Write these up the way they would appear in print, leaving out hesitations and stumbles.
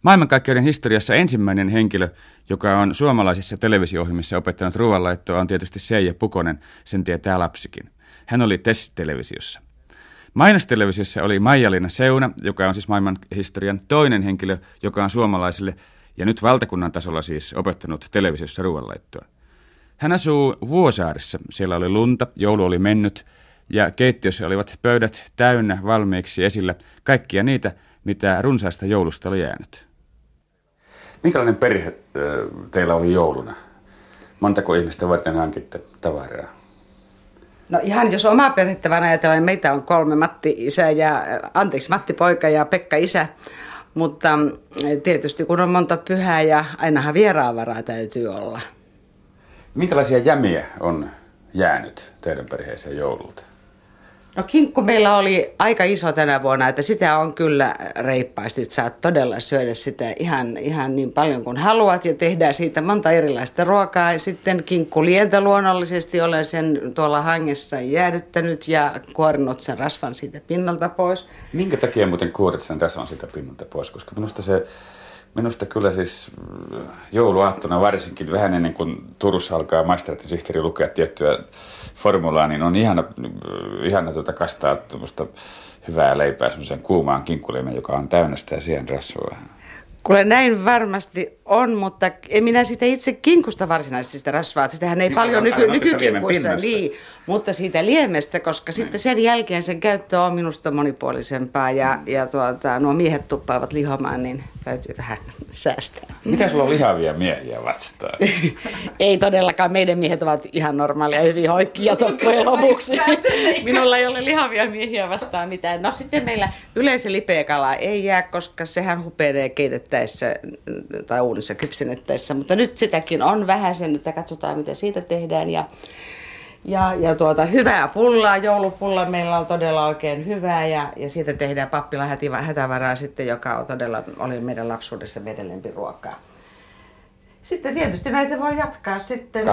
Maailmankaikkeuden historiassa ensimmäinen henkilö, joka on suomalaisissa televisio-ohjelmissa opettanut ruoanlaittoa, on tietysti Seija Pukonen, sen tietää lapsikin. Hän oli TES-televisiossa. Mainostelevisiossa oli Maija-Leena Seuna, joka on siis maailmanhistorian toinen henkilö, joka on suomalaisille ja nyt valtakunnan tasolla siis opettanut televisiossa ruoanlaittoa. Hän asuu Vuosaaressa. Siellä oli lunta, joulu oli mennyt ja keittiössä olivat pöydät täynnä valmiiksi esillä kaikkia niitä, mitä runsaasta joulusta oli jäänyt. Minkälainen perhe teillä oli jouluna? Montako ihmistä varten hankitte tavaraa? No ihan jos omaa perhettä vaan ajatellaan, niin meitä on 3, Matti poika ja Pekka isä. Mutta tietysti kun on monta pyhää ja ainahan vieraanvaraa täytyy olla. Minkälaisia jämiä on jäänyt teidän perheeseen joululta? No kinkku meillä oli aika iso tänä vuonna, että sitä on kyllä reippaasti, että saat todella syödä sitä ihan niin paljon kuin haluat ja tehdään siitä monta erilaista ruokaa. Ja sitten kinkkulientä luonnollisesti olen sen tuolla hangessa jäädyttänyt ja kuorinut sen rasvan siitä pinnalta pois. Minkä takia muuten kuorit sen rasvan siitä pinnalta pois? Koska minusta kyllä siis jouluaattona varsinkin vähän ennen kuin Turussa alkaa maisteraattisihteeri lukea tiettyä formulaa, niin on ihana kastaa tuommoista hyvää leipää semmoisen kuumaan kinkkuleimeen, joka on täynnä sitä sienrasvaa. Kuule näin varmasti on, mutta en minä sitä itse kinkusta varsinaisesti sitä rasvaa. Sitähän ei paljon nykykinkuissa, niin, mutta siitä liemestä, koska sitten sen jälkeen sen käyttö on minusta monipuolisempaa ja nuo miehet tuppaavat lihomaan, niin täytyy vähän säästää. Mitä sulla on lihavia miehiä vastaan? Ei todellakaan, meidän miehet ovat ihan normaalia hyvin hoikkia loppujen lopuksi. Minulla ei ole lihavia miehiä vastaan mitään. No sitten meillä yleensä lipeäkalaa ei jää, koska sehän hupenee keitettäessä tai uunissa kypsennettäessä, mutta nyt sitäkin on vähäsen, että katsotaan mitä siitä tehdään ja hyvää pullaa, joulupulla meillä on todella oikein hyvää ja siitä tehdään pappilan hätävaraa sitten, joka on todella oli meidän lapsuudessa meidän lempiruokaa. Sitten tietysti näitä voi jatkaa sitten.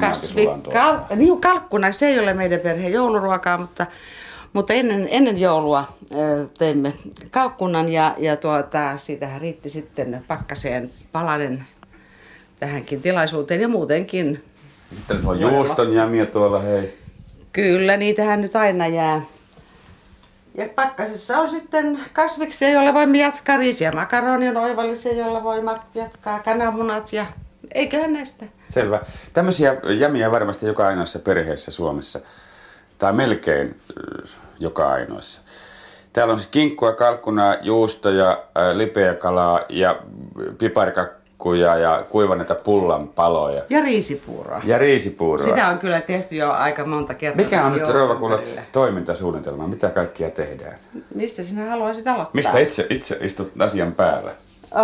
Kalkkuna, se ei ole meidän perheen jouluruokaa, mutta ennen joulua teimme kalkkunan ja siitähän riitti sitten pakkaseen palanen tähänkin tilaisuuteen ja muutenkin. Sitten on juuston jämiä tuolla, hei. Kyllä, niitähän nyt aina jää. Ja pakkasessa on sitten kasviksia, joilla voimme jatkaa riisiä, makaronia on oivallisia, joilla voimme jatkaa kananmunat ja eiköhän näistä. Selvä. Tämmöisiä jämiä varmasti joka ainoassa perheessä Suomessa, tai melkein joka ainoassa. Täällä on siis kinkkua, kalkkunaa, juustoja, lipeäkalaa ja piparkakkuja ja kuivanneita pullanpaloja. Ja riisipuuroa. Sitä on kyllä tehty jo aika monta kertaa. Mikä on nyt Rouva Kullat toimintasuunnitelma? Mitä kaikkia tehdään? Mistä sinä haluaisit aloittaa? Mistä itse istut asian päällä?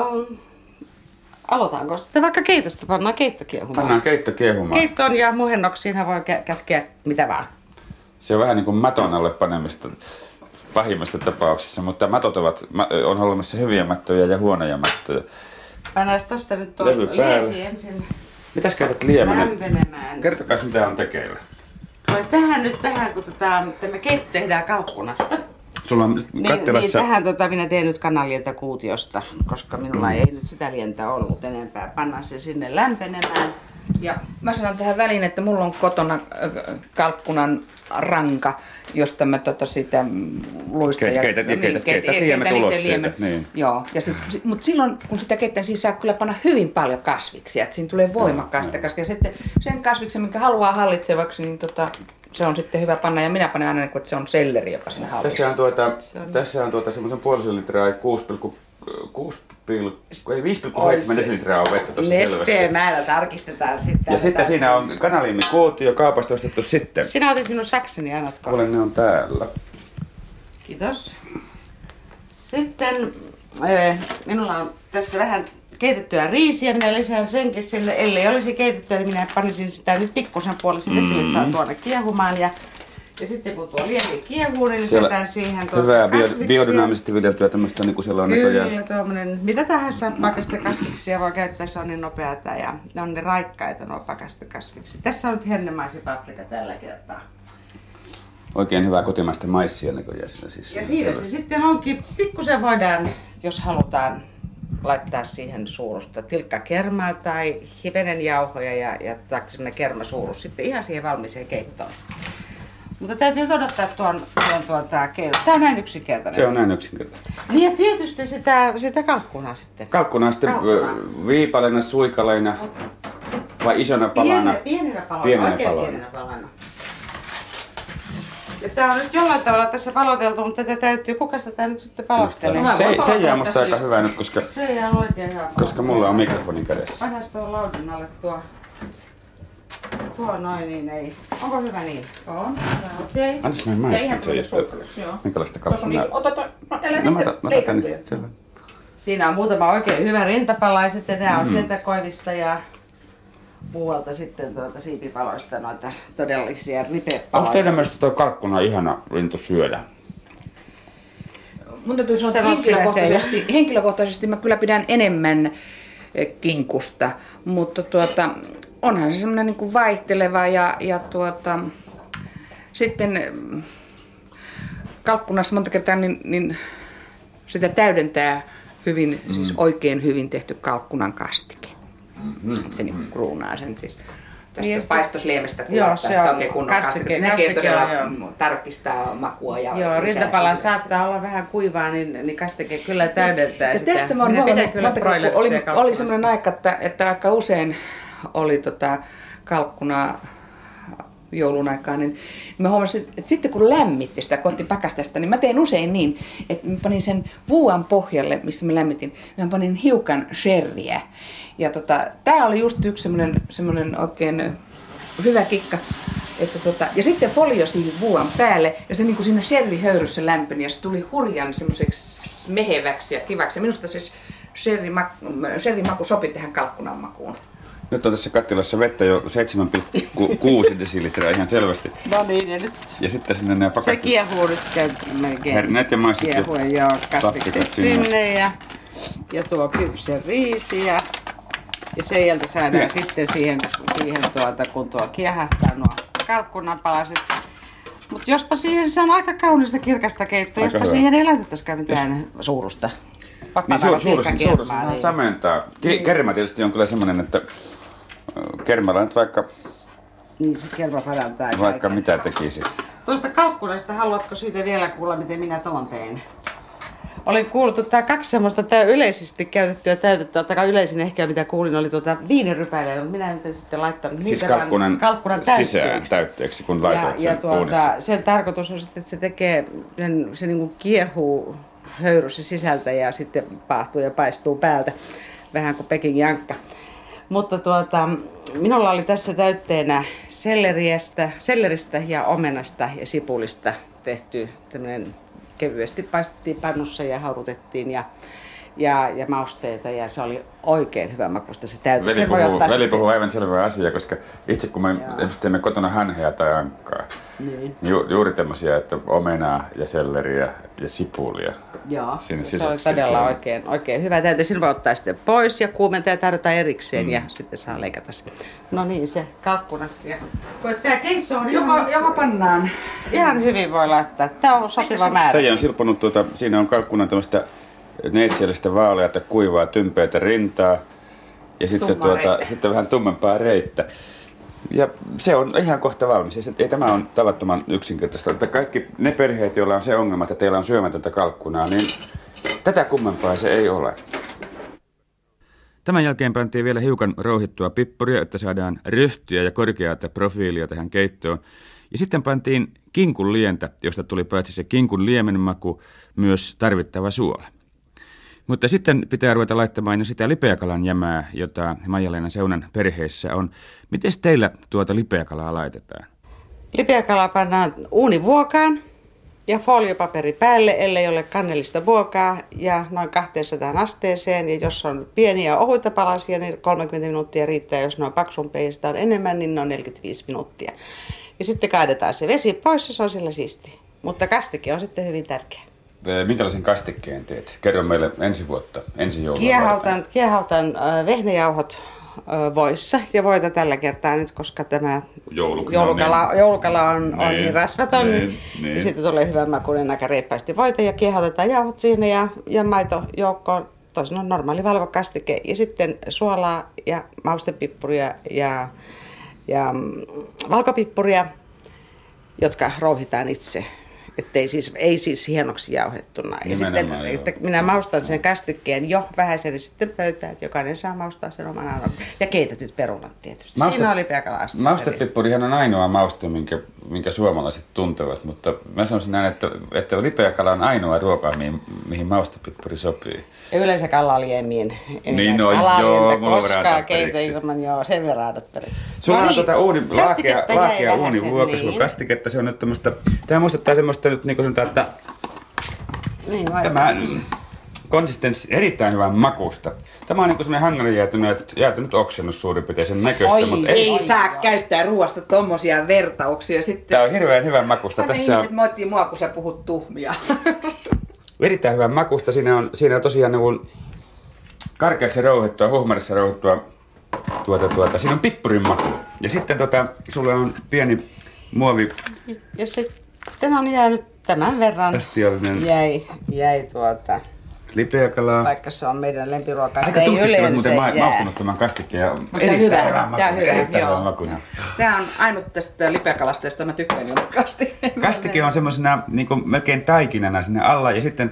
Aloitaanko sitten vaikka keitosta? Pannaan keitto kiehumaan. Pannaan keitto kiehumaan. Keittoon ja muhennoksiinhan voi kätkeä mitä vaan. Se on vähän niin kuin maton alle panemista pahimmassa tapauksessa, mutta on olemassa hyviä mattoja ja huonoja mattoja. Pannaan tosta nyt tuo liesi ensin. Mitäs käytät liemenen? Lämpenemään. Kertokaa mitä on tekeillä. Tulee tähän kun tämä keitto tehdään kalkkunasta. Sulla on kattilassa... Niin tähän minä teen nyt kananlientä kuutiosta, koska minulla ei nyt sitä lientä ollut enempää. Pannaan se sinne lämpenemään. Ja mä sanon tähän väliin, että mulla on kotona kalkkunan ranka, josta mä sitä luista ja keität liemet ulos siitä. Niin. Joo, ja siis, mutta silloin kun sitä keittää, siis saa kyllä panna hyvin paljon kasviksia, että siinä tulee voimakkaasta kasvia. Sitten sen kasviksen, minkä haluaa hallitsevaksi, niin se on sitten hyvä panna, ja minä panen aina, kun se on selleri, joka siinä hallitsee. Tässä on semmoisen puolisen litraa 5,7 desilitraa on vettä tuossa selvästi. Nesteen määrä tarkistetaan sitten. Ja sitten siinä on kanaliimikuutio kaupasta ostettu sitten. Sinä otit minun sakseni, annatko? Kuule, ne on täällä. Kiitos. Sitten minulla on tässä vähän keitettyä riisiä, minä lisään senkin sille, ellei olisi keitettyä, niin minä panisin sitä nyt pikkusen puolesta desilitraa tuonne kiehumaan. Ja sitten kun tuo liemi kiehuu, niin lisätään siihen hyvää biodynaamisesti viljeltyä tämmöistä niin kuin sellainen näköjään. Kyllä, tuommoinen, mitä tahansa pakastekasviksia voi käyttää, se on niin nopeata ja ne on ne raikkaita nuo pakastekasviksia. Tässä on nyt hernemaisi paprika tällä kertaa. Oikein hyvää kotimaista maissia näköjään siinä siis. Ja siinä se sitten onkin, pikkusen voidaan, jos halutaan laittaa siihen suurusta tilkkakermaa tai hivenen jauhoja ja semmoinen kermasuurus sitten ihan siihen valmiiseen keittoon. Mutta täytyy odottaa tuon keiton. Tämä on näin yksinkertainen. Se on näin yksinkertainen. Niin ja tietysti sitä kalkkunaa sitten. Kalkkunaa sitten viipaleina, suikaleina vai isona palana? Pienenä palana. Pienenä Oikein palana. pienenä palana. Ja tää on nyt jollain tavalla tässä paloteltu, mutta tätä täytyy, kuka sitä nyt sitten palottelee? Se jää musta aika hyvä nyt, Se jää oikein hyvä. koska mulla on mikrofonin kädessä. Pannaan tuon laudun alle tuo noin, niin ei. Onko hyvä niin? On. Okei. Antas mä Ja maistan ihan sen, josta joo. minkälaista Tuossa on kalkkunaa. ota toi, no älä No mä niitä otan leikata. tänne selvä. Siinä on muutama oikein hyvä rintapala ja sitten nämä on sieltä koivista ja muualta sitten siipipaloista noita todellisia ripepaloja. Onko teidän mielestä tuo kalkkuna ihana lintu syödä? Mun täytyy sanoa, Se että on henkilökohtaisesti mä kyllä pidän enemmän kinkusta, mutta onhan se semmoinen niin kuin vaihteleva ja sitten kalkkunassa monta kertaa niin sitä täydentää hyvin, siis oikein hyvin tehty kalkkunan kastike. Että se niin kruunaa sen siis. Tästä Niin, paistosliemestä kun joo, ottaa se sitä on oikein kunnon kastike, Näkee todella joo. tarkistaa makua. Ja Joo, lisää rintapala sitä. saattaa olla vähän kuivaa, niin kastike kyllä täydentää Ja sitä. tästä mä oon Minä pidän huomannut, kyllä monta kertaa, kun broilerista ja oli semmoinen aika, että aika usein oli kalkkunaa joulun aikaan, niin mä huomasin, että sitten kun lämmitti sitä, kun otti pakastasta, niin mä tein usein niin, että mä panin sen vuoan pohjalle, missä mä lämmitin, mä panin hiukan sherryä. Ja tää oli just yksi semmoinen oikein hyvä kikka. Että ja sitten folio siihen vuoan päälle ja se niin kuin siinä sherryhöyryssä lämpeni ja se tuli hurjan semmoiseksi meheväksi ja kivaksi. Ja minusta siis sherrymaku sopi tähän kalkkunan makuun. Nyt on tässä kattilassa vettä jo 7,6 desilitraa ihan selvästi. No niin, ja nyt Ja sitten sinne nämä se pakastet. kiehuu nyt melkein. Herneet ja maistit Kiehuen joo, kasvikset tappikat sinne. sinne ja tuo kypsä riisi ja sen jälkeen saadaan sitten siihen kun tuo kiehähtää nuo kalkkunapalaset. Mutta jospa siihen, se on aika kaunista kirkasta keittoa, Aika jospa hyvä. siihen ei laitettaisikaan mitään suurusta. Niin suurus vähän niin. samentaa. Kerma tietysti on kyllä semmoinen, että kermalla nyt vaikka Niin, se kerma parantaa. vaikka kaiken. mitä tekisi. Tuosta kalkkunasta, haluatko siitä vielä kuulla, miten minä tuon tein? Olin kuullut kaksi semmoista yleisesti käytettyä täytettä, tai yleisin ehkä mitä kuulin oli viinirypäileitä, mutta minä en sitten laittanut Siis niitä kalkkunan sisään täytteeksi, kun laitoit sen uudessa. sen tarkoitus on sitten, että se tekee, se niin kuin kiehuu höyryssä sisältä ja sitten paahtuu ja paistuu päältä, vähän kuin Pekingin ankka. Mutta minulla oli tässä täytteenä selleristä ja omenasta ja sipulista tehty tämmöinen, kevyesti paistettiin pannussa ja haudutettiin ja mausteita ja se oli oikein hyvä makusta se täyte. Veli puhuu aivan selvää asiaa, koska itse kun me teemme kotona hanheja tai ankkaa, niin juuri tämmöisiä, että omenaa ja selleriä ja sipulia. Joo, sinne se sisäksi. oli todella oikein hyvä täyte. Sinne voi ottaa sitten pois ja kuumentaa ja tarjota erikseen ja sitten saa leikata se. No niin, se kalkkunasta. Tämä keitto on Joka pannaan. ihan hyvin voi laittaa. Tämä on sopiva määrä. Seija on silponut, siinä on kalkkunan tämmöistä neitsellistä vaaleata, kuivaa, tympeätä rintaa ja sitten, sitten vähän tummempaa reittä. Ja se on ihan kohta valmis. Ei tämä on tavattoman yksinkertaista. Että kaikki ne perheet, joilla on se ongelma, että teillä on syömätöntä kalkkunaa, niin tätä kummempaa se ei ole. Tämän jälkeen pantiin vielä hiukan rouhittua pippuria, että saadaan ryhtiä ja korkeata profiilia tähän keittoon. Ja sitten pantiin kinkun lientä, josta tuli paitsi se kinkun liemen maku, myös tarvittava suola. Mutta sitten pitää ruveta laittamaan jo sitä lipeäkalan jämää, jota Maija-Leena Seunan perheessä on. Miten teillä tuota lipeäkalaa laitetaan? Lipeäkala pannaan uunivuokaan ja foliopaperi päälle, ellei ole kannellista vuokaa ja noin 200 asteeseen. Ja jos on pieniä ohuita palasia, niin 30 minuuttia riittää. Jos ne on paksumpia ja sitä on enemmän, niin ne on 45 minuuttia. Ja sitten kaadetaan se vesi pois ja se on sillä siisti. Mutta kastike on sitten hyvin tärkeä. Minkälaisen kastikkeen teet? Kerro meille ensi joulua. Kiehautan vehnäjauhot voissa ja voita tällä kertaa nyt, koska tämä joulukala on niin rasvaton, niin. Sitten tulee hyvän makuinen aika reippaasti voita ja kiehautetaan jauhot siinä ja maito joukkoon toisin on normaali valkokastike ja sitten suolaa ja maustepippuria ja valkopippuria, jotka rouhitaan itse. Että ei siis hienoksi jauhettuna. Ja sitten, että minä maustan sen kastikkeen jo vähäisen sitten pöytään, että jokainen saa maustaa sen oman annoksen. Ja keitetyt perunat tietysti. Siinä oli lipeäkala-asteri. Maustepippurihan on ainoa mauste, minkä suomalaiset tuntevat, mutta mä sanoisin näin, että lipeäkala on ainoa ruoka, mihin maustepippuri sopii. Ja yleensä kalaliemiin. Niin no joo, mulla koskaan keitä ilman, joo, sen verran adat periksi. Sulla on laakea uunivuoka, sulla on kastiketta, se on nyt tämmöistä, tämä muistuttaa semmoista nyt niin kuin sanotaan, että niin, tämä konsistenssi erittäin hyvän makusta. Tämä on niin kuin semmoinen hangarin jäätynyt oksennus suurin piirtein sen näköistä, mutta ei saa käyttää ruoasta tommosia vertauksia. Sitten tämä on hirveän hyvän makusta. Tässä ihmiset moittii mua, kun sä puhut tuhmia. Erittäin hyvän makusta. Siinä on tosiaan niin karkeassa rouhittua, huhmarissa rouhittua, siinä on pippurin maku. Ja sitten sulla on pieni muovi. Ja sitten on jäänyt tämän verran. Jäi lipeäkalaa. Vaikka se on meidän lempiruoka. Aika tuhtisti on muuten maustunut tämän kastikkeen. Erittäin hyvä makuinen. Tämä on ainut tästä lipeäkalasta, josta mä tykkään jonkun kastikeen. Kastike on semmoisena niin kuin melkein taikinana sinne alla ja sitten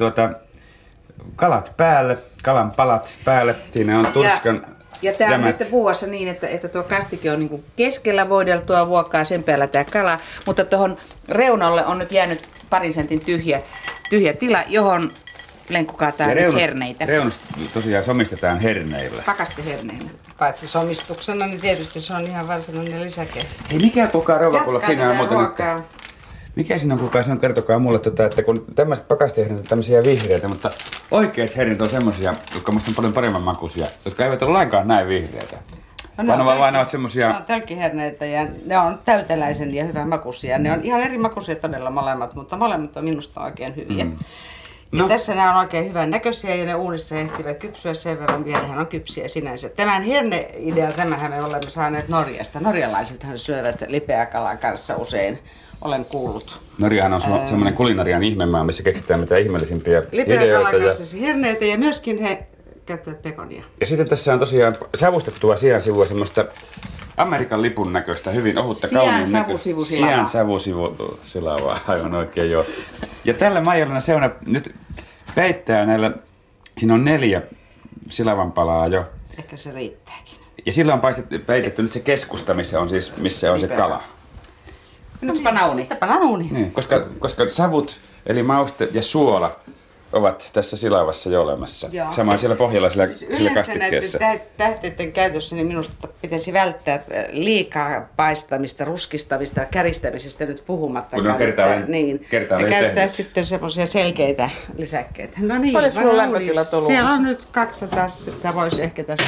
kalat päälle, kalan palat päälle. Siinä on turskan ja tämä on nyt vuossa niin, että tuo kastike on niin keskellä voideltua vuokkaa, sen päällä tämä kala, mutta tuohon reunalle on nyt jäänyt parin sentin tyhjä tila, johon Lenkku kaataa herneitä. Reunus tosiaan somistetaan herneillä. Pakasteherneillä. Paitsi somistuksena, niin tietysti se on ihan varsinainen lisäke. Hei, mikä kukaan rouvakullot siinä on muuten nyt? Mikä siinä on kukaan? Kertokaa mulle, että kun tämmöiset pakasteherneet on tämmöisiä vihreitä, mutta oikeat herneet on semmosia, jotka musta on paljon paremman makuisia, jotka eivät ole lainkaan näin vihreitä. Vaan ne ovat semmosia... Ne on tälkkiherneitä ja ne on täyteläisen ja hyvän makuisia. Ne on ihan eri makuisia todella molemmat, mutta molemmat on minusta oikein hyviä. No. Tässä nämä on oikein hyvän näköisiä ja ne uunissa ehtivät kypsyä sen verran, vielä hän on kypsiä sinänsä. Tämän herne-idea, tämähän me olemme saaneet Norjasta. Norjalaisethan syövät lipeäkalan kanssa usein, olen kuullut. Norjahan on semmoinen kulinarian ihmemaa, missä keksitään mitä ihmeellisimpiä ideoita. Lipeäkalan kanssa herneitä ja myöskin he käyttävät pekonia. Ja sitten tässä on tosiaan savustettua sijansivua semmoista Amerikan lipun näköistä, hyvin ohutta, kauniin näköistä. Sian savusivusilavaa, aivan oikein joo. Ja tällä maijalla seuna nyt peittää näillä, siinä on 4 silavan palaa jo. Ehkä se riittääkin. Ja sillä on peitetty nyt se keskusta, missä on se kala. Nyt pannaan uuni. Sitten pannaan uuni. Niin, koska savut, eli mauste ja suola, ovat tässä silavassa jo olemassa. Joo. Samoin siellä pohjalla sillä kastikkeessa. Tähteiden käytössä niin minusta pitäisi välttää liikaa paistamista, ruskistamista, käristämisestä nyt puhumattakaan. Kun on kertaalleen käyttää sitten semmoisia selkeitä lisäkkeitä. No niin, paljon sulla on lämpötilat ollut? Siellä on nyt 200, sitä voisi ehkä tässä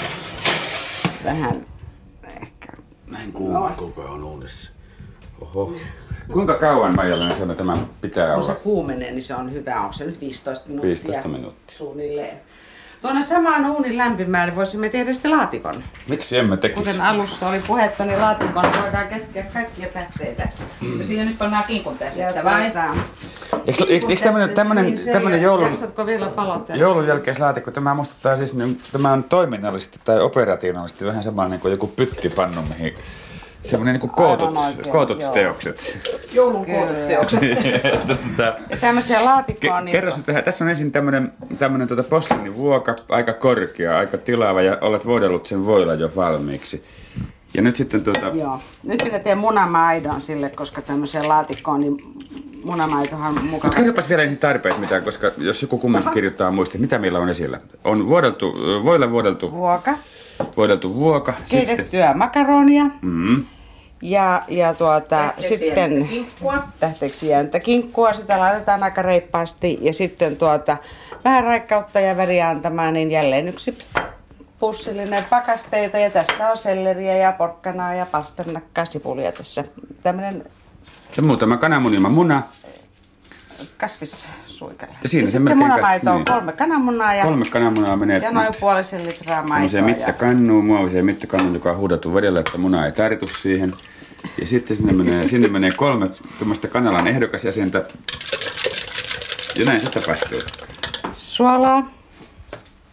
vähän ehkä. Näin kuuma koko ajan uunissa. Oho. Kuinka kauan Maijalainen sanoi, että tämä pitää olla? Kun se kuumenee, niin se on hyvä. Onko se nyt 15 minuuttia? 15 minuuttia. Suunnilleen. Tuonne samaan uunin lämpimään voisimme tehdä sitten laatikon. Miksi emme tekisi? Kuten alussa oli puhetta, niin laatikon voidaan ketkeä kaikkia tähteitä. Siinä nyt pannaan kinkun tähteitä, vai? Eikö tämmöinen joulun jälkeislaatikko, tämä muistuttaa siis, tämä on toiminnallisesti tai operationaalisesti vähän sama niin kuin joku pyttipannu, mihin semmoinen niin kuin kootut teokset. Joulun kootut teokset. Tämmöisiä laatikkoa. Kerro nyt vähän. Tässä on ensin tämmöinen posliinivuoka, aika korkea, aika tilava ja olet voidellut sen voilla jo valmiiksi. Ja nyt sitten Joo. Nyt minä teen munamaidon sille, koska tämmöiseen laatikkoon, niin munamaitohan on mukava. Kerropas vielä ensin tarpeet mitään, koska jos joku kumminkin kirjoittaa muistiin, mitä meillä on esillä. On voilla voideltu vuoka. Keitettyä makaronia. Ja sitten tähteeksi jääntä kinkkua. Sitä laitetaan aika reippaasti. Ja sitten vähän raikkautta ja väriä antamaan, niin jälleen yksi pussillinen pakasteita. Ja tässä on selleriä ja porkkanaa ja pasternakkaa, sipulia tässä. Tämmönen muutama kananmunima muna. Kasvissuikale. Ja siinä ja sitten munamaito on 3 kananmunaa ja 3 kananmunaa menee. Ja noin puolisen litraa maitoa. Muoviseen mittakannuun, joka on huudattu vedellä, että muna ei tartu siihen. Ja sitten sinne menee 3 tuommoista kanalan ehdokasjäsentä. Ja näin se tapahtuu. Suolaa.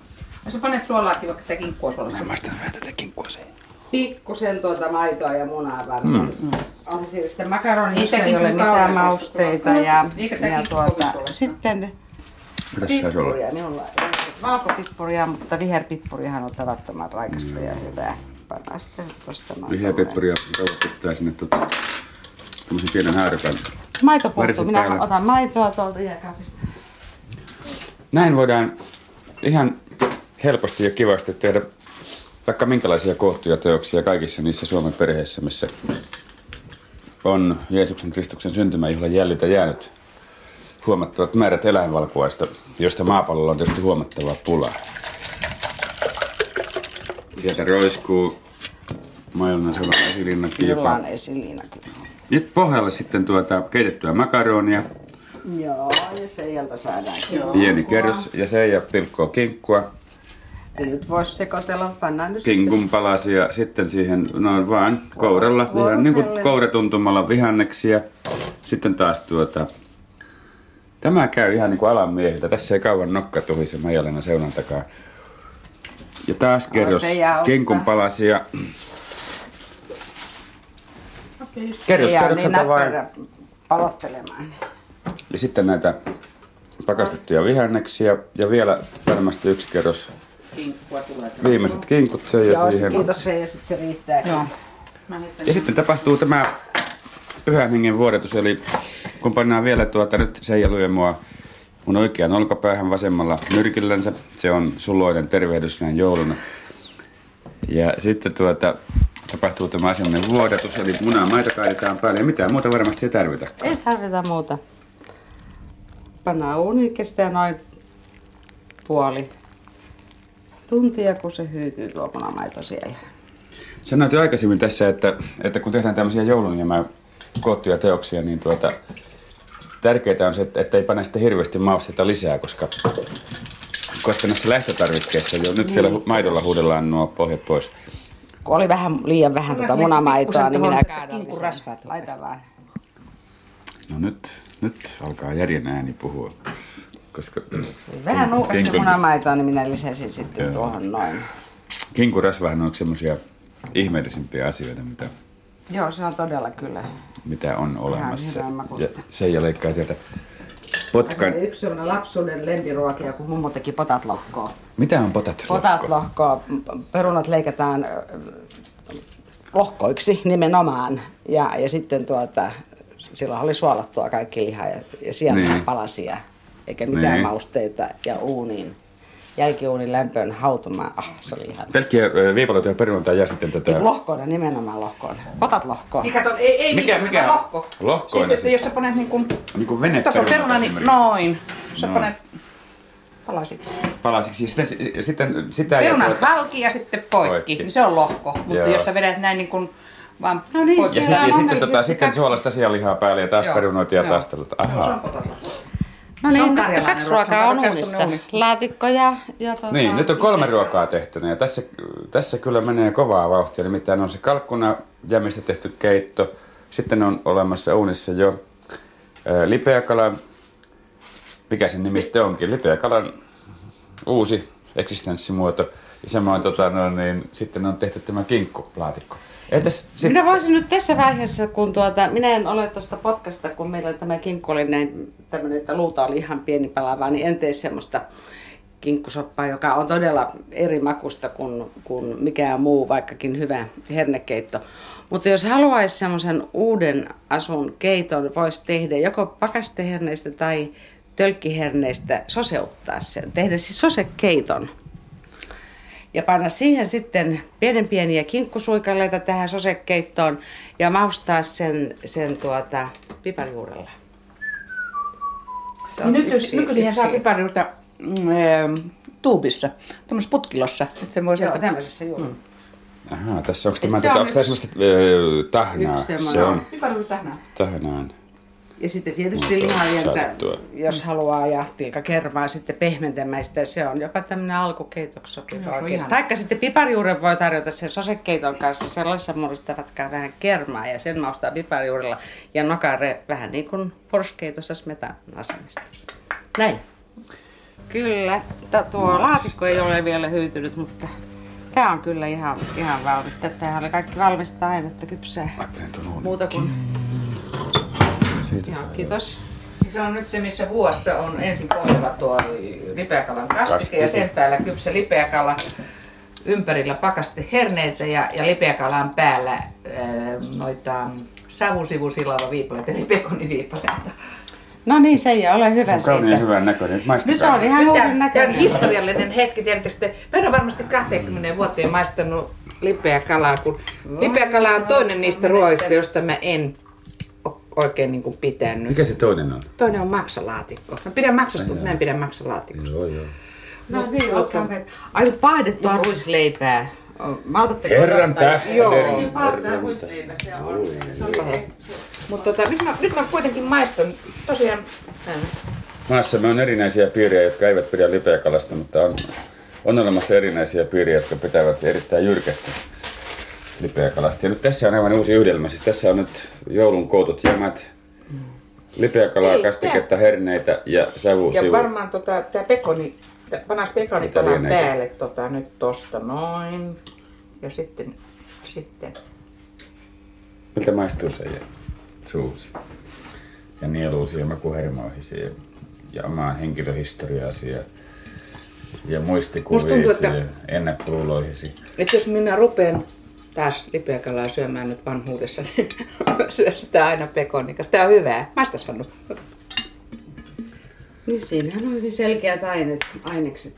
Ja sä panet suolaakin vaikka sitä kinkkua suolasta. Mä maistan vähän tätä kinkkua siihen. Pikkusen maitoa ja munaa varmaan. On siis sitten makaronissa ei ole mitään mausteita ja sitten pippuria. Minulla on valkopippuria, mutta viherpippurihan on tavattoman raikasta ja hyvää. Pannaan sitten tuosta noin. Viherpippuria pistää sinne tämmöisen pienen häärypään. Maito puuttuu. Minä otan maitoa tuolta jääkaapista. Näin voidaan ihan helposti ja kivasti tehdä vaikka minkälaisia koottuja teoksia kaikissa niissä Suomen perheissä, missä on Jeesuksen Kristuksen syntymäjuhlan jäljiltä jäänyt huomattavat määrät eläinvalkuaista, josta maapallolla on tietysti huomattavaa pulaa. Sieltä roiskuu Mailona sellainen esiliinnakin jopa. Minulla on esiliinakin. Nyt pohjalle sitten keitettyä makaronia. Joo, ja Seijalta saadaan Pieni kerros ja Seija pilkkoo kinkkua. Ja nyt voisi sekoitella, pannaan nyt Kinkun palasia, sitten siihen noin vaan kouralla, ihan niin kuin kouratuntumalla vihanneksia. Sitten taas tämä käy ihan niin kuin alan miehiltä. Tässä ei kauan nokka tuhise Maija-Leena seunan takaa. Ja taas kerros kinkun palasia. Kerrokselta vain. Palottelemaan. Ja sitten näitä pakastettuja vihanneksia ja vielä varmasti yksi kerros. Viimeiset kinkut sen ja siihen. Kiitos se ja sitten se riittää. Joo. Ja sitten tapahtuu tämä pyhän hengen vuodatus, eli kun pannaan vielä nyt Seija lue mun oikean olkapäähän vasemmalla nyrkillänsä. Se on suloinen tervehdys näin jouluna. Ja sitten tapahtuu tämä asiallinen vuodatus, eli munaa maito kaadetaan päälle ja mitään muuta varmasti ei tarvita. Ei tarvita muuta. Pannaan uuniin, kestää noin puoli tuntia, kun se hyytyy tuo munamaito siellä. Sanoit jo aikaisemmin tässä, että kun tehdään tämmöisiä joulun ja koottuja teoksia, niin tärkeää on se, että ei panna sitten hirveästi mausteita lisää, koska näissä lähtötarvikkeissa jo nyt vielä maidolla huudellaan nuo pohjat pois. Kun oli liian vähän munamaitoa, niin minä kaadan lisää. Laita vaan. No nyt alkaa järjen ääni puhua. Koska vähän nuukasta munamaitoa, niin minä lisäsin sitten tuohon noin. Kinkurasvahan on semmoisia ihmeellisimpiä asioita, Joo, se on todella kyllä. Mitä on olemassa. Ja Seija leikkaa sieltä potkan. Yksi sellainen lapsuuden lempiruokia, kun mummo teki potatlohkoa. Mitä on potatlohkoa? Potatlohkoa. Perunat leikataan lohkoiksi nimenomaan. Ja sitten silloin oli suolattua kaikki liha ja sieltä palasia. Eikä mitään mausteita ja jälkiuunin lämpöön hautumaan. Se oli ihan. Pelkkiä viipaloita ja perunoita ja sitten tätä. Lohkoina, nimenomaan lohkoina. Potatlohkoa. Mikä lohko? Lohkoina. Siis, että jos sä panet niin kuin veneperunat. Tuossa on peruna, niin noin. Sä panet palasiksi. Palasiksi. Ja sitten sitä perunan halki ja sitten poikki. Niin se on lohko. Mutta jos sä vedät näin niin kuin vaan poikki. Ja sitten suolasta sianlihaa päälle ja taas perunoita ja taas tällaista. No niin, nyt 2 ruokaa on uunissa. Laatikkoja ja Niin, nyt on 3 ruokaa tehtynä ja tässä kyllä menee kovaa vauhtia. Nimittäin on se kalkkuna jämistä tehty keitto. Sitten on olemassa uunissa jo lipeäkalan, mikä sen nimi sitten onkin, lipeäkalan uusi eksistenssimuoto. Ja samoin sitten on tehty tämä kinkkulaatikko. Minä voisin nyt tässä vaiheessa, kun minä en ole tuosta potkasta, kun meillä tämä kinkku oli näin tämmöinen, että luuta oli ihan pieni palavaa, niin en tee semmoista kinkkusoppaa, joka on todella eri makusta kuin mikään muu, vaikkakin hyvä hernekeitto. Mutta jos haluaisi semmoisen uuden asun keiton, voisi tehdä joko pakasteherneistä tai tölkkiherneistä soseuttaa sen, tehdä siis sosekeiton. Ja panna siihen sitten pieniä kinkkusuikaleita tähän sosekeittoon ja maustaa sen piparjuurella. Nyt siihen saa piparjuurta tuubissa, tämmöisessä putkilossa, että sen voi sieltä. Joo, tämmöisessä juuri. Ahaa, tässä onko tämä semmoista tahnaa? Se on. Piparjuuritahnaa. Tahnaan. Ja sitten tietysti lihavientä, jos haluaa ja tilkakermaa sitten pehmentämään sitä, se on jopa tämmöinen alkukeitoksi sopiva oikein. Taikka sitten piparjuuren voi tarjota sen sosekeiton kanssa, sellaisessa muodossa vatkaa vähän kermaa ja sen maustaa piparjuurella ja nokare vähän niin kuin porskeitossa smetan asemista. Näin. Kyllä, tuo laatikko ei ole vielä hyytynyt, mutta tää on kyllä ihan valmista. Tää oli kaikki valmista ainetta kypsää. Muuta kuin... Joo, kiitos. Se on nyt se, missä vuossa on ensin pohjalla tuo lipeäkalan kastike ja sen päällä kypsä lipeäkala. Ympärillä pakasteherneitä ja lipeäkalan päällä noita savusivusilava viipaleita eli pekoniviipaleita. No niin, Seija, ole hyvä siitä. Se on kauniin hyvän näköinen. Nyt se on ihan uuden näköinen. Tämä on historiallinen hetki. Tiedättekö, mä en ole varmasti 20 vuoteen maistanut lipeäkalaa, kun lipeäkala on toinen niistä ruoista, josta mä en oikein niin kuin pitänyt. Mikä se toinen on? Toinen on maksalaatikko. Mä pidän maksasta, mutta mä en pidä maksalaatikosta. Joo. No niin, olkaa hyvä. Ai pahdettua ruisleipää. Maltatteko? Herran tähden. Joo, pahdettua ruisleipää, se on. Mutta nyt mä kuitenkin maistan. Tosiaan... Maassamme on erinäisiä piiriä, jotka eivät pidä lipeäkalasta, mutta on olemassa erinäisiä piiriä, jotka pitävät erittäin jyrkästi lipeäkalasta. Ja nyt tässä on aivan uusi yhdelmä. Siis tässä on nyt joulun kootut jämät, lipeäkalaa, kastiketta, herneitä ja savusivu. Ja varmaan tää pekoni, panas pekonipalan päälle nyt tosta noin. Ja sitten. Miltä maistuu se suusi? Ja nieluusi ja makuhermoihisi ja omaan henkilöhistoriaasi ja muistikuviisi ja ennakkoluuloihisi. Että jos minä rupean taas lipeäkalaa syömään nyt vanhuudessa, niin mä syön sitä aina pekonikas. Tää on hyvää. Maista Sannu. Niin siinähän on niin selkeät ainekset.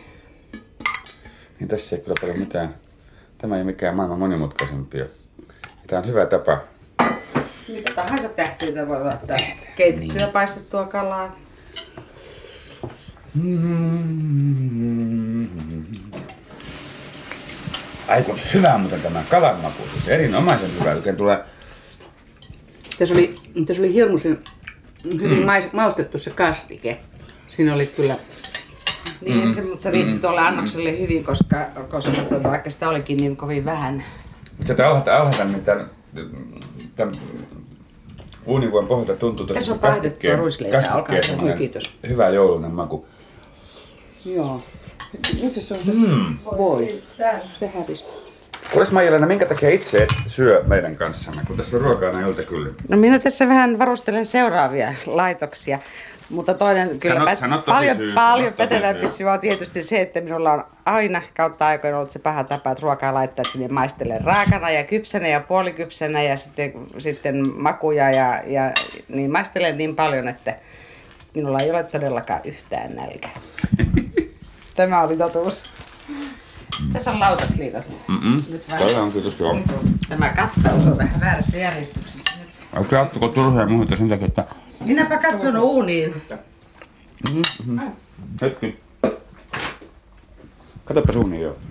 Niin tässä ei kyllä paljon mitään. Tämä ei mikään maailman monimutkaisempia. Tämä on hyvä tapa. Mitä tahansa tähtiöitä voi laittaa. Keitettyä paistettua kalaa. Ai kun hyvä muuten tämä kalan maku. Siis erinomaisen hyvä. Oikein tulee... Tässä oli hirmuisen hyvin maustettu se kastike. Siinä oli kyllä... Niin, se riitti tuolle annokselle hyvin, koska vaikka sitä olikin niin kovin vähän. Tätä alhaata, niin tämän uunivuon pohjalta tuntuu tässä kastikkeen hyvä joulunen maku. Joo. Missä se on se voi? Se hävisi. Kuules Maija-Leena, minkä takia itse et syö meidän kanssamme, kun tässä on ruokaa ilta kyllä? No minä tässä vähän varustelen seuraavia laitoksia. Mutta toinen kyllä paljon pätevämpi syy on tietysti se, että minulla on aina kautta aikoina ollut se paha tapa, että ruokaa laittaa sinne maistellen raakana ja kypsänä ja puolikypsänä ja sitten makuja ja niin maistelen niin paljon, että minulla ei ole todellakaan yhtään nälkää. Tämä oli totuus. Tässä on lautasliitot. Täällä on kiitos, joo. Tämä kattaus on vähän väärässä järjestyksessä nyt. Onko katsoiko turhaa muuta sen takia, että... Minäpä katson uuniin. Hetki. Katsopas uuniin, joo.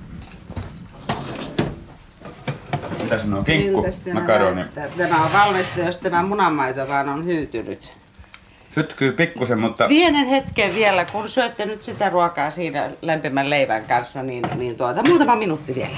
Mitä sanoo? Kinkku, makaroni. Tämä on valmista, jos tämä munanmaito vaan on hyytynyt. Sytkyy pikkusen, mutta... Pienen hetken vielä, kun syötte nyt sitä ruokaa siinä lämpimän leivän kanssa, niin muutama minuutti vielä.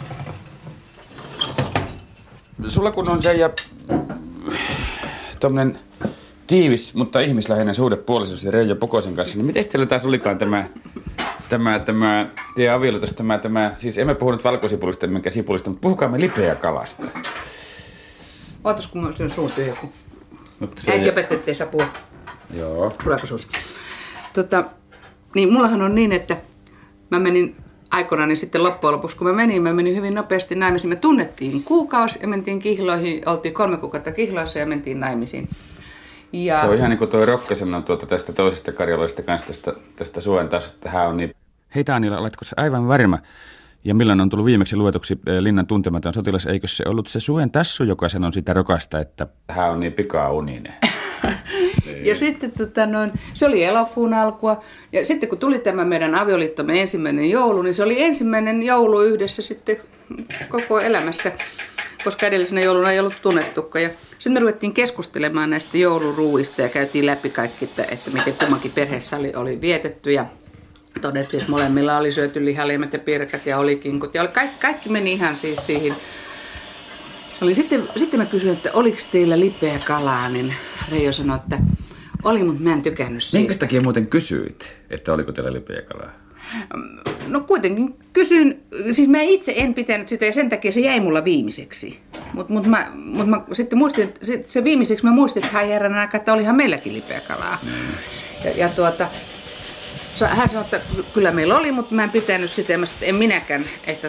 Sulla kun on se ja tommonen tiivis, mutta ihmisläheinen suhde puolisosi Reijo Pokosen kanssa, niin miten teillä taas olikaan tämä teidän avioliitos, siis emme puhu nyt valkosipulista, minkä sipulista, mutta puhukaamme lipeäkalasta. Ootas, kun mä syön suun tyhjäku. Äiti opetti, ettei saa puhua. Joo. Ruokaisuus. Niin mullahan on niin, että mä menin aikoinaan niin sitten loppujen lopuksi, kun mä menin hyvin nopeasti naimisiin. Me tunnettiin kuukausi ja mentiin kihloihin, oltiin 3 kuukautta kihloissa ja mentiin naimisiin. Ja... Se on ihan niin kuin toi Rokke sanoi tästä toisesta karjalaisesta kanssa tästä suen tasosta, että hän on niin... Hei Taanila, oletko aivan varma? Ja milloin on tullut viimeksi luetuksi Linnan tuntematon sotilas? Eikö se ollut se suen tassu, joka sanoi sitä Rokasta, että hän on niin pikauninen? Ja sitten se oli elokuun alkua. Ja sitten kun tuli tämä meidän avioliittomme ensimmäinen joulu, niin se oli ensimmäinen joulu yhdessä sitten koko elämässä, koska edellisenä jouluna ei ollut tunnettukaan. Ja sitten me ruvettiin keskustelemaan näistä jouluruuista ja käytiin läpi kaikki, että miten kummankin perheessä oli vietetty. Ja todettiin, että molemmilla oli syöty lihaleimet ja pirkat ja oli kinkut. Ja kaikki meni ihan siis siihen. Sitten mä kysyin, että oliko teillä lipeä kalaa, niin Reijo sanoi, että Oli, mutta mä en tykännyt siitä. Minkä takia muuten kysyit, että oliko teillä lipeäkalaa? No kuitenkin kysyin, siis mä itse en pitänyt sitä ja sen takia se jäi mulla viimeiseksi. Mutta mä sitten muistin, se viimeiseksi mä muistin, että hän herran aikaa, että olihan meilläkin lipeäkalaa. Hän sanoi, että kyllä meillä oli, mutta mä en pitänyt sitä ja mä sanoin, että en minäkään.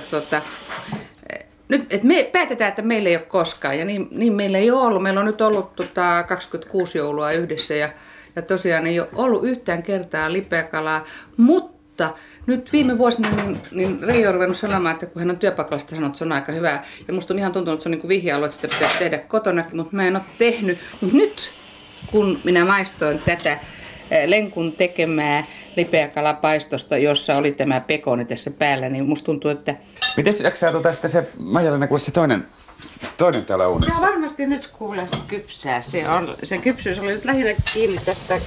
Nyt, että me päätetään, että meillä ei ole koskaan ja niin meillä ei ole ollut. Meillä on nyt ollut 26 joulua yhdessä ja tosiaan ei ole ollut yhtään kertaa lipeäkalaa, mutta nyt viime vuosina niin Reijo on ruvennut sanomaan, että kun hän on työpaikalla sanonut, että se on aika hyvää. Ja musta on ihan tuntunut, että se on niin kuin vihja-alue, että sitä pitäisi tehdä kotonakin, mutta mä en ole tehnyt. Mutta nyt, kun minä maistoin tätä Lenkun tekemää lipeäkalapaistosta, jossa oli tämä pekoni tässä päällä, niin musta tuntuu, että... Miten jaksaa sitten se Maijalainen kuule se toinen täällä uunissa? Se on varmasti nyt kuule kypsää. Se kypsyys oli nyt lähinnä kiinni tästä,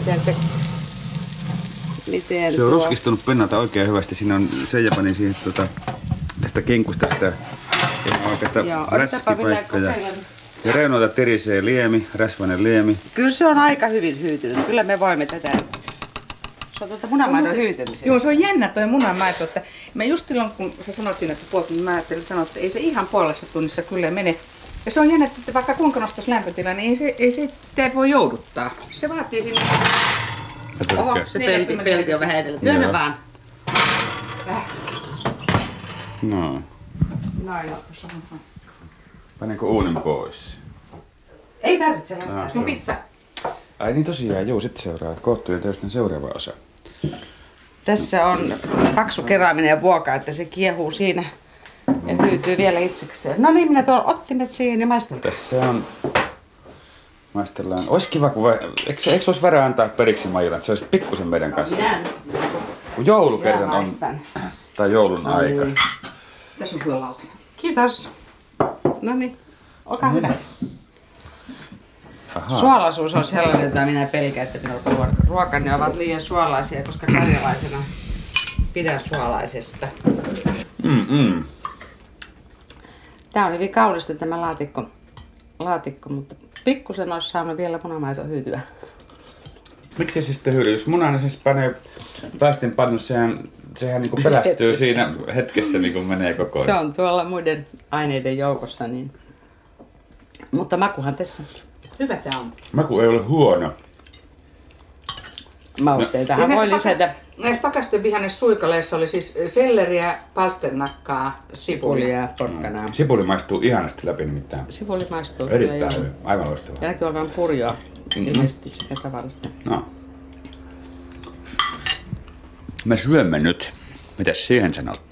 miten se on ruskistunut pinnalta oikein hyvästi. Siinä on Seija pani siihen tästä kinkusta sitä oikeata räskipaikkaa. Ja reunoilta tirisee liemi, rasvainen liemi. Kyllä se on aika hyvin hyytynyt. Kyllä me voimme tätä. Se on munamaidon hyytymisen. Joo, se on jännä toi munamaito. Että mä just silloin, kun sä sanoit siinä, että niin mä ajattelin sanoa, että ei se ihan puolessa tunnissa kyllä mene. Ja se on jännä, että vaikka kuinka nostaisi lämpötilaa, niin sitä ei voi jouduttaa. Se vaatii sinne... Oho, se pelti on vähän edellä. Työnnä vaan. No. Noin. Panenko uunin pois? Ei tarvitse laittaa. Sun pizza. Ai niin tosiaan, juu, sitten seuraa. Kohtuuden täysin seuraava osa. Tässä on paksu kerääminen ja vuoka, että se kiehuu siinä ja hyytyy vielä itsekseen. No niin, minä tuon ottimet siihen ja maistellaan. Tässä on... Maistellaan. Olisi kiva, eikö olisi väärä antaa periksi Maijalan, että se olisi pikkusen meidän kanssa. Kun joulukerran on, tai joulun aika. Tässä on sulla lautinen. Kiitos. No niin, olkaa hyvät. Suolaisuus on sellainen, jota minä pelkään, että minun ruokani ovat liian suolaisia, koska karjalaisena pidän suolaisesta. Tämä on hyvin kaunista tämä laatikko, mutta pikkusen olisi saanut vielä munamaito hyytyä. Miksi se sitten hyytyy? Jos muna siis panee päästinpannu, sehän niin kuin pelästyy siinä hetkessä, niin kuin menee koko ajan. Se on tuolla muiden aineiden joukossa, niin... Mutta makuhan tässä. Hyvä tää on. Maku ei ole huono. Mausteitahan voi lisätä. Näissä pakastevihannes suikaleissa oli siis selleriä, palsternakkaa, sipulia ja porkkanaa. Sipuli maistuu ihanasti läpi nimittäin. Sipuli maistuu. Erittäin hyvin, aivan loistavaa. Ja näkyy olevan purjoa, ilmeisesti sekä tavallista. No. Me syömme nyt. Mitäs siihen sanotte?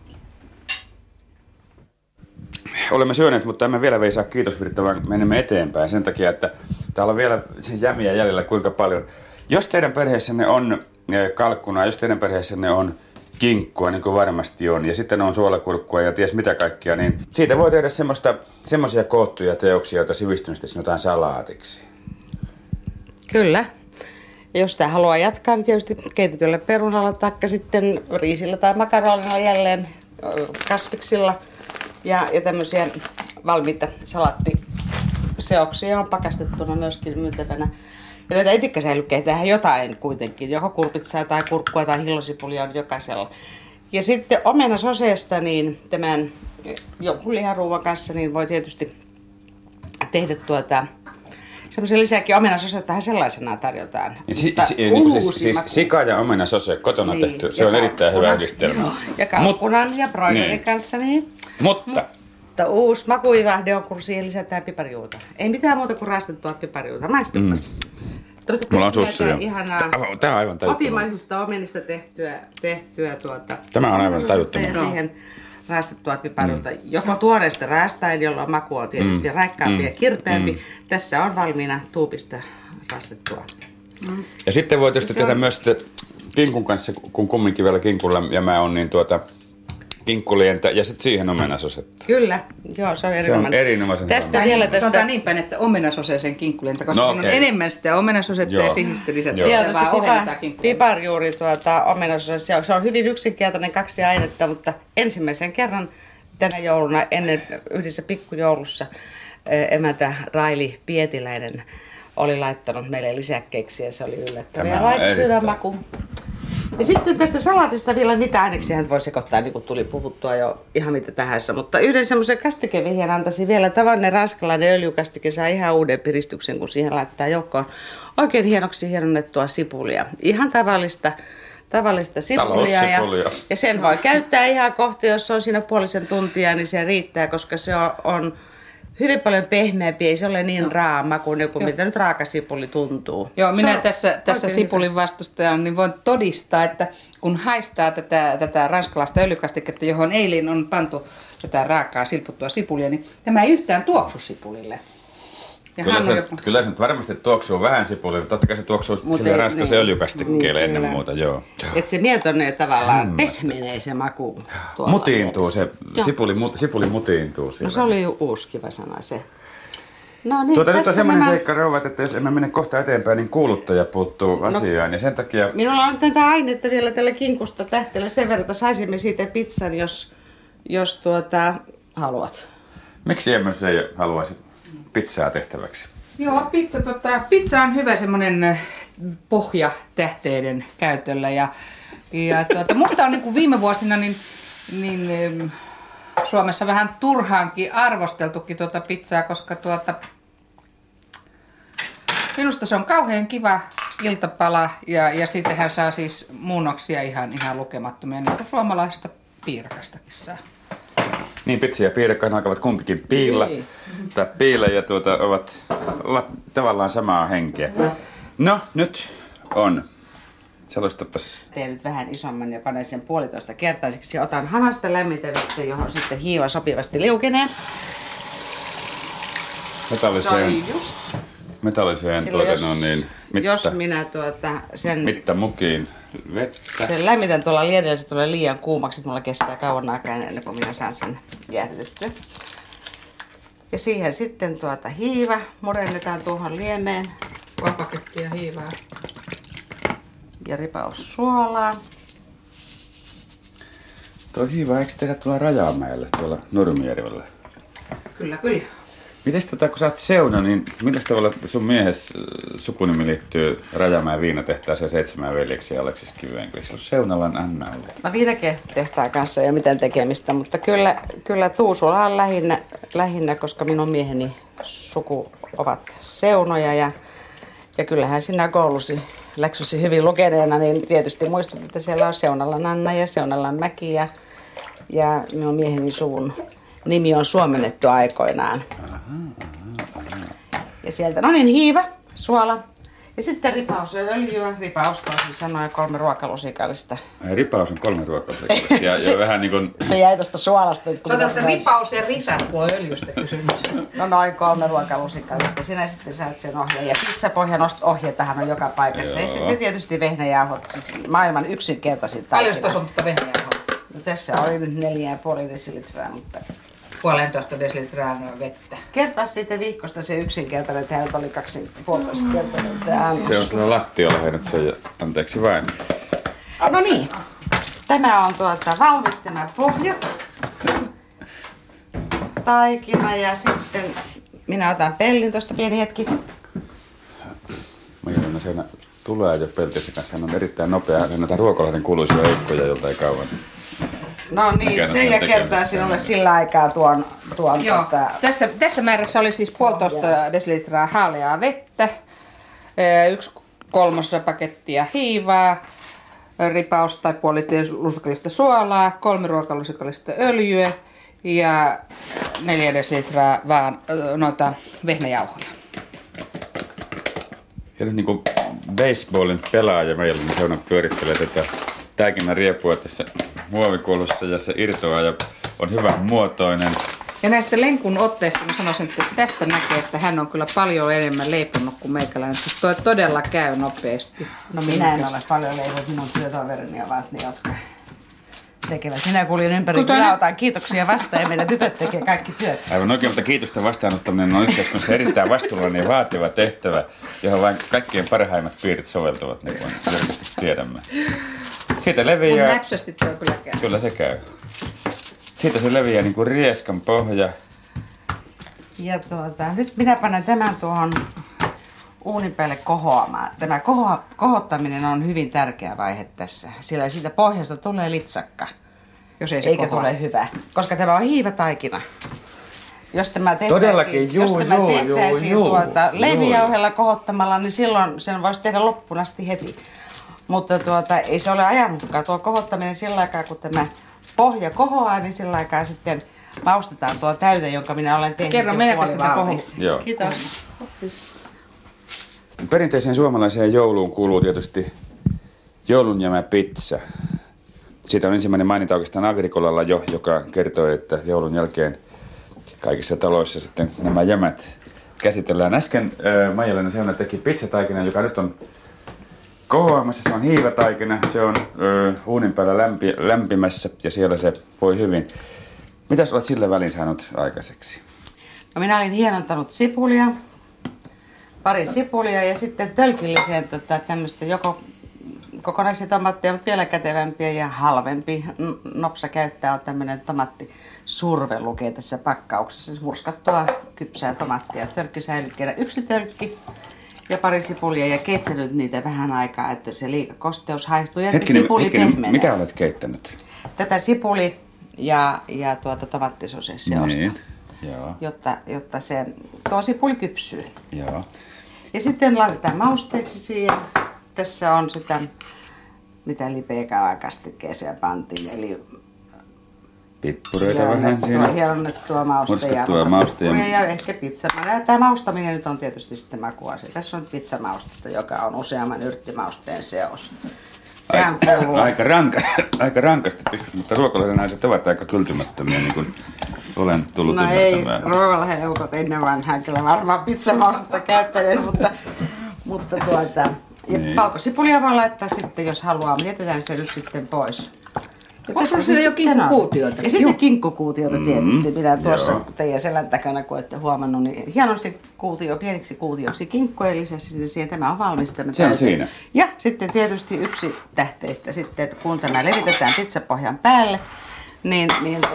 Olemme syöneet, mutta emme vielä veisaa kiitosvirttä, vaan menemme eteenpäin sen takia, että täällä on vielä jämiä jäljellä kuinka paljon. Jos teidän perheessänne on kalkkuna, jos teidän perheessänne on kinkkua, niin kuin varmasti on, ja sitten on suolakurkkua ja ties mitä kaikkia, niin siitä voi tehdä semmoisia koottuja teoksia, joita sivistyneesti sanotaan salaatiksi. Kyllä. Ja jos sitä haluaa jatkaa, niin tietysti keitetyllä perunalla tai sitten riisillä tai makaronilla jälleen kasviksilla. Ja tämmöisiä valmiita salaattiseoksia on pakastettuna myöskin myytävänä. Ja näitä etikkasäilykkeitä jotain kuitenkin, joko kurpitsaa tai kurkkua tai hillosipulia on jokaisella. Ja sitten omenasoseesta, niin tämän jonkun liharuuvan kanssa niin voi tietysti tehdä semmoisen lisäksi omenasosettahan sellaisenaan tarjotaan. Siis sika ja omenasose kotona niin, tehty, se on erittäin hyvä yhdistelmä. Ja kalkkunan ja broilerin kanssa. Niin. Mutta uusi makuivahde on, kun siihen lisätään piparjuuta. Ei mitään muuta kuin raastettua piparjuuta. Maistapas. Mulla on sussuja. Tämä on aivan tajuttomaa. Kotimaisista omenista tehtyä Tämä on aivan tajuttomaa. Ja siihen raastettua piparjuuta. Joko tuoreesta raastaen, jolla maku on tietysti raikkaampi ja kirpeämpi. Tässä on valmiina tuupista raastettua. Ja sitten voi tietysti tehdä myös kinkun kanssa, kun kumminkin vielä kinkulla ja mä on niin kinkkulientä ja sitten siihen omenasosetta. Kyllä, joo, se on erinomaisen tästä vielä tästä. Sanotaan niin päin, että omenasoseeseen kinkkulientä, koska siinä on enemmän sitä omenasosetta ja siihen sitten lisätään vaan piparjuuri omenasosetta. Se on hyvin yksinkertainen 2 ainetta, mutta ensimmäisen kerran tänä jouluna ennen yhdessä pikkujoulussa emäntä Raili Pietiläinen oli laittanut meille lisäkkeeksi ja se oli yllättävää. Tämä Ja on laittoi hyvä erittäin. maku. Ja sitten tästä salaatista vielä niitä aineksia voi sekoittaa, niin kuin tuli puhuttua jo ihan mitä tahansa. Mutta yhden semmoisen kastikevihjan antaisin vielä. Tavallinen ranskalainen öljykastike saa ihan uuden piristyksen, kun siihen laittaa joukkoon oikein hienoksi hienonnettua sipulia. Ihan tavallista sipulia. Ja sen voi käyttää ihan kohta, jos on siinä puolisen tuntia, niin se riittää, koska se on hyvin paljon pehmeämpi, ei se ole niin raama kuin joku, mitä nyt raakasipuli tuntuu. Joo, minä tässä sipulin vastustajana niin voin todistaa, että kun haistaa tätä ranskalaista öljykastiketta, johon eilen on pantu tätä raakaa silputtua sipulia, niin tämä ei yhtään tuoksu sipulille. Ja Kyllä se nyt varmasti tuoksuu vähän sipulille. Totta kai se tuoksuu sille ranskalaisen öljykastikkeelle ennen muuta, joo. Että se mietonee tavallaan, pehmenee se maku. Mutiintuu se, sipuli mutiintuu sillä. No se oli uusi kiva sana se. No niin, Nyt on semmoinen seikka, rouvat, että jos emme mene kohta eteenpäin, niin kuuluttaja puuttuu asiaan. Ja sen takia... Minulla on tätä ainetta vielä tällä kinkusta tähteellä sen verran, että saisimme siitä pizzan, jos haluat. Miksi emme se haluaisi pizzaa tehtäväksi? Joo, pizza on hyvä semmoinen pohja tähteiden käytöllä. Ja musta on niin kuin viime vuosina niin Suomessa vähän turhaankin arvosteltukin pizzaa, koska minusta se on kauhean kiva iltapala ja siitähän saa siis muunnoksia ihan lukemattomia, niin kuin suomalaisesta piirakastakin saa. Niin, pizza ja piirakka alkavat kumpikin piillä ja ovat tavallaan samaa henkeä. No, nyt on. Selostapas. Teen nyt vähän isomman ja panen sen 1,5 kertaisiksi ja otan hanasta lämmintä vettä, johon sitten hiiva sopivasti liukenee. Metalliseen jos minä sen mittamukiin vettä. Sen lämmitän tuolla liedellä, se tulee liian kuumaksi, että mulla kestää kauan aikaa ennen kuin minä saan sen jäähdytettyä. Ja siihen sitten hiiva murennetaan tuohon liemeen. 2 pakettia hiivaa. Ja ripaus suolaa. Tuo hiiva, eikö tehdä tuolla Rajamäellä, tuolla Nurmijärvellä? Kyllä. Mites kun sä oot Seuna, niin millä tavalla sun miehes sukunimi liittyy Rajamäen viinatehtaaseen 7 veljeksi ja Aleksis Kiveen? Eikö se Seunalan Anna ollut? No viinatehtaan kanssa ei ole mitään tekemistä, mutta kyllä Tuusula on lähinnä, koska minun mieheni suku ovat Seunoja ja kyllähän sinä koulusi läksysi hyvin lukeneena, niin tietysti muistat, että siellä on Seunalan Anna ja Seunalan Mäki ja minun mieheni suvun nimi on suomennettu aikoinaan. Ja sieltä, no niin, hiiva, suola ja sitten ripaus ja öljyä. Ripaus toisin sanoen 3 ruokalusikallista. Ripaus on 3 ruokalusikallista ja vähän niin kuin... Se jäi tuosta suolasta. Se on tässä ripaus ja risat, kun on öljystä kysymys. No noin 3 ruokalusikallista. Sinä sitten saat sen ohjeen. Ja pizzapohjan ohjeetahan on joka paikassa. Ja sitten tietysti vehnäjauhot, siis maailman yksinkertaisin taikina. Paljon tuossa on vehnäjauhot? No tässä oli nyt 4,5 desilitraa, mutta... 1,5 desilitraa vettä. Kertaa siitä vihkosta se yksinkertainen, täällä oli 2,5 kertainen. Se on kyllä lattialla heinyt sen ja anteeksi vain. No niin, tämä on valmis tämä pohja. Taikina ja sitten minä otan pellin tuosta pieni hetki. Maijana siinä tulee jo peltissä kanssa. Hän on erittäin nopea. Näitä Ruokolahden kuuluisia eikkoja joltain kauan. No niin, se ja kertaa sinulle sillä aikaa tuon Joo, tässä määrässä oli siis 1,5 desilitraa haaleaa vettä, 1/3 pakettia hiivaa, ripaus tai puoli lusikallista suolaa, 3 ruokalusikallista öljyä ja 4 desilitraa vaan noita vehnäjauhoja. Ja nyt niin kuin baseballin pelaaja meillä, niin Seuna pyörittelee tätä taikinan riepua tässä muovikulussa ja se irtoaa ja on hyvän muotoinen. Ja näistä lenkun otteista mä sanoisin, että tästä näkee, että hän on kyllä paljon enemmän leiponut kuin meikäläinen. Siis toi todella käy nopeasti. No minä en ole paljon leiponut, minun työtoverini ovat ne, jotka tekevät. Minä kuulin ympäri kylää, otan kiitoksia vastaan ja meidän tytöt tekee kaikki työt. Aivan oikein, mutta kiitosta vastaanottaminen on yhteiskunnassa erittäin vastuullinen ja vaativa tehtävä, johon vain kaikkien parhaimmat piirit soveltuvat, niin kuin selkeästi tiedämme. Siitä leviää... Mun näpsästi tuo kyllä käy. Kyllä se käy. Siitä se leviää niin kuin rieskan pohja. Ja nyt minä panen tämän tuohon uunin päälle kohoamaan. Tämä kohottaminen on hyvin tärkeä vaihe tässä, sillä siitä pohjasta tulee litsakka, Jos ei se eikä kohoa. tule hyvä, koska tämä on hiivataikina. Jos tämä Todellakin, tehtäisiin leivijauhella kohottamalla, niin silloin sen voisi tehdä loppuun asti heti. Mutta ei se ole ajanutkaan. Tuo kohottaminen sillä aikaa, kun tämä pohja kohoaa, niin sillä aikaa sitten maustetaan tuo täyte, jonka minä olen tehnyt. Kerro, meillä pistetään valmis. Joo. Kiitos. Perinteiseen suomalaiseen jouluun kuuluu tietysti joulunjämäpizza. Siitä on ensimmäinen maininta oikeastaan Agricolalla jo, joka kertoo, että joulun jälkeen kaikissa taloissa sitten nämä jämät käsitellään. Äsken Maija-Leena Seuna teki pizzataikina, joka nyt on kohoamassa. Se on hiivataikina, se on uunin päällä lämpimässä ja siellä se voi hyvin. Mitäs olet sillä välin saanut aikaiseksi? No, minä olin hienontanut sipulia, pari sipulia ja sitten tölkilliseen tämmöistä joko kokonaisia tomaatteja, mutta vielä kätevämpiä ja halvempi nopsa käyttää on tämmöinen tomaattisurve, lukee tässä pakkauksessa. Murskattua kypsää tomaattia tölkkisäilykkeenä. 1 tölkki ja pari sipulia ja keittänyt niitä vähän aikaa, että se liikakosteus haistuu ja sipuli pehmenee. Mitä olet keittänyt? Tätä sipuli ja tomaattisosesseosta, Niin, joo. jotta se tuo sipuli kypsyy. Joo. Ja sitten laitetaan mausteeksi siihen. Tässä on sitä, mitä lipeäkalan kastikkeeseen pantiin, eli Pippureita vähän siinä. hienonnettua Murskattua mauste ja ehkä pizza. Tämä maustaminen nyt on tietysti sitten makuasia. Tässä on pizzamaustetta, joka on useamman yrttimausteen seos. Sehän kuuluu. Aika rankasti pistet, mutta ruokalaiset ovat aika kyltymättömiä, niin kuin olen tullut ymmärtämään. No ei, ruokalaiseukot ennen vanhaan kyllä varmaan pizzamaustetta käyttäneet, mutta ja Niin. valkosipulia voi laittaa sitten, jos haluaa. Jätetään se nyt sitten pois. Onko sulla siellä jo kinkkukuutioita? Ja sitten kinkkukuutioita tietysti. Minä tuossa joo. teidän selän takana, kun ette huomannut, niin hienoksi kuutio, pieniksi kuutioksi kinkkujen lisäksi, niin tämä on valmis. Se on siinä. Ja sitten tietysti yksi tähteistä sitten, kun tämä levitetään pizzapohjan päälle, niin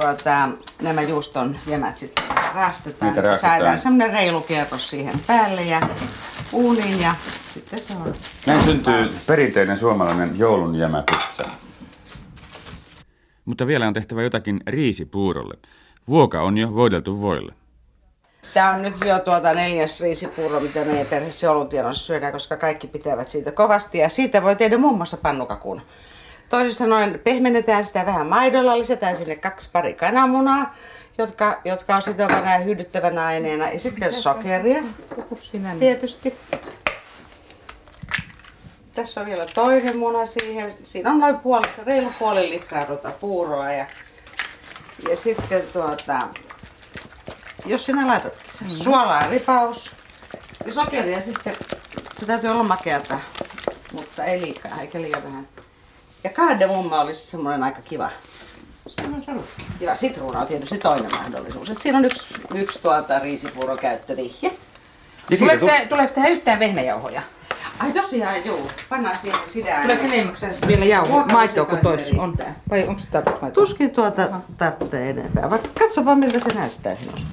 nämä juuston jämät sitten raastetaan. Niitä raastetaan. Saadaan semmoinen reilu kierros siihen päälle ja uuniin ja sitten se on. Näin syntyy perinteinen suomalainen joulunjämäpizza. Mutta vielä on tehtävä jotakin riisipuurolle. Vuoka on jo voideltu voille. Tämä on nyt jo 4. riisipuuro, mitä meidän perheessä joulutienossa syödään, koska kaikki pitävät siitä kovasti. Ja siitä voi tehdä muun muassa pannukakun. Toisin sanoen pehmennetään sitä vähän maidolla, lisätään sinne 2 pari kananmunaa, jotka on sitovana ja hyydyttävänä aineena. Ja sitten sokeria tietysti. Tässä on vielä toinen muna siihen. Siinä on noin reilu puoli litraa puuroa. Ja sitten jos sinä laitatkin sen suolaa ripaus ja sokeria sitten, se täytyy olla makeata, mutta ei liikaa eikä liian vähän. Ja kardemumma olisi semmoinen aika kiva. Ja sitruuna on tietysti toinen mahdollisuus. Et siinä on yksi riisipuuron käyttövihje. Tuleeko tähän yhtään vehnäjauhoja? Ai tosiaan, joo. Pannaan siihen sidään. Tuleeko enimmäksi vielä jauhoa, maitoa kuin toissa on? Vai onko se tarpeeksi maitoa? Tuskin tarvitsee enempää. Katsopa miltä se näyttää sinusta.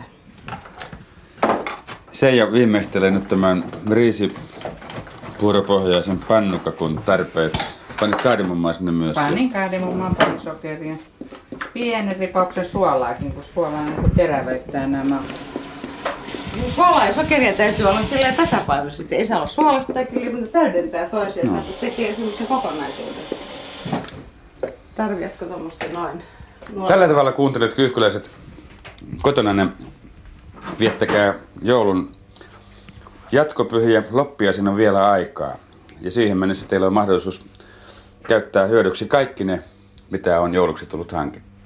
Seija viimeistelee nyt tämän riisipuuropohjaisen pannukakun tarpeet. Panit kardemummaa sinne myös. Panin kardemummaa, panin sokeria. Pienen ripauksen suolaakin, kun suola niin terävöittää nämä. Suolaa ja sokeria täytyy olla silleen tasapainossa. Sitten ei saa olla suolasta tai kyllä täydentää toisiaan. No. Tekee semmoisen kokonaisuuden. Tarvitsetko tuommoista noin? Tällä tavalla kuuntelet kyyhkyläiset kotonanne. Viettäkää joulun jatkopyhiä. Loppiaisen on vielä aikaa. Ja siihen mennessä teillä on mahdollisuus käyttää hyödyksi kaikki ne, mitä on jouluksi tullut hankittua.